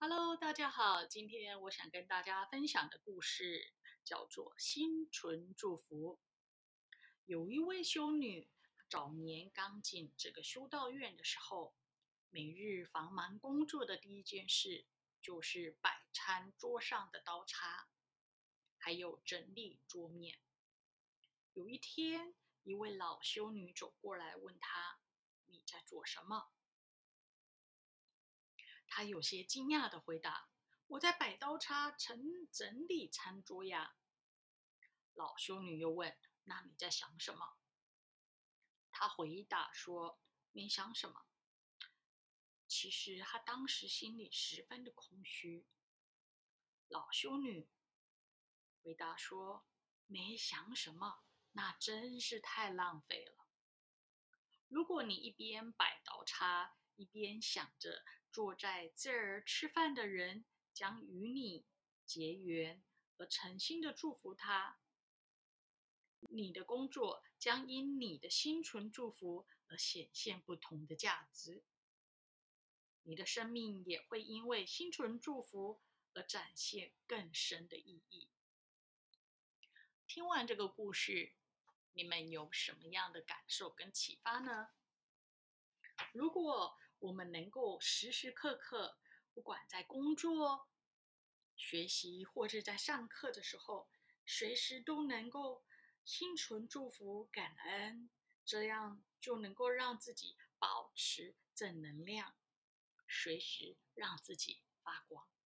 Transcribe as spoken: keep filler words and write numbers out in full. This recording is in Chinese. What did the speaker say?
Hello，大家好，今天我想跟大家分享的故事叫做心存祝福。有一位修女，早年刚进这个修道院的时候，每日繁忙工作的第一件事就是摆餐桌上的刀叉，还有整理桌面。有一天，一位老修女走过来问她：“你在做什么？”她有些惊讶地回答：“我在摆刀叉，整整理餐桌呀。”老修女又问：“那你在想什么？”她回答说：“没想什么。”其实她当时心里十分的空虚。老修女回答说：“没想什么，那真是太浪费了。如果你一边摆刀叉，一边想着坐在这儿吃饭的人将与你结缘，而诚心的祝福他，你的工作将因你的心存祝福而显现不同的价值，你的生命也会因为心存祝福而展现更深的意义。”听完这个故事，你们有什么样的感受跟启发呢？如果我们能够时时刻刻，不管在工作、学习或者在上课的时候，随时都能够心存祝福、感恩，这样就能够让自己保持正能量，随时让自己发光。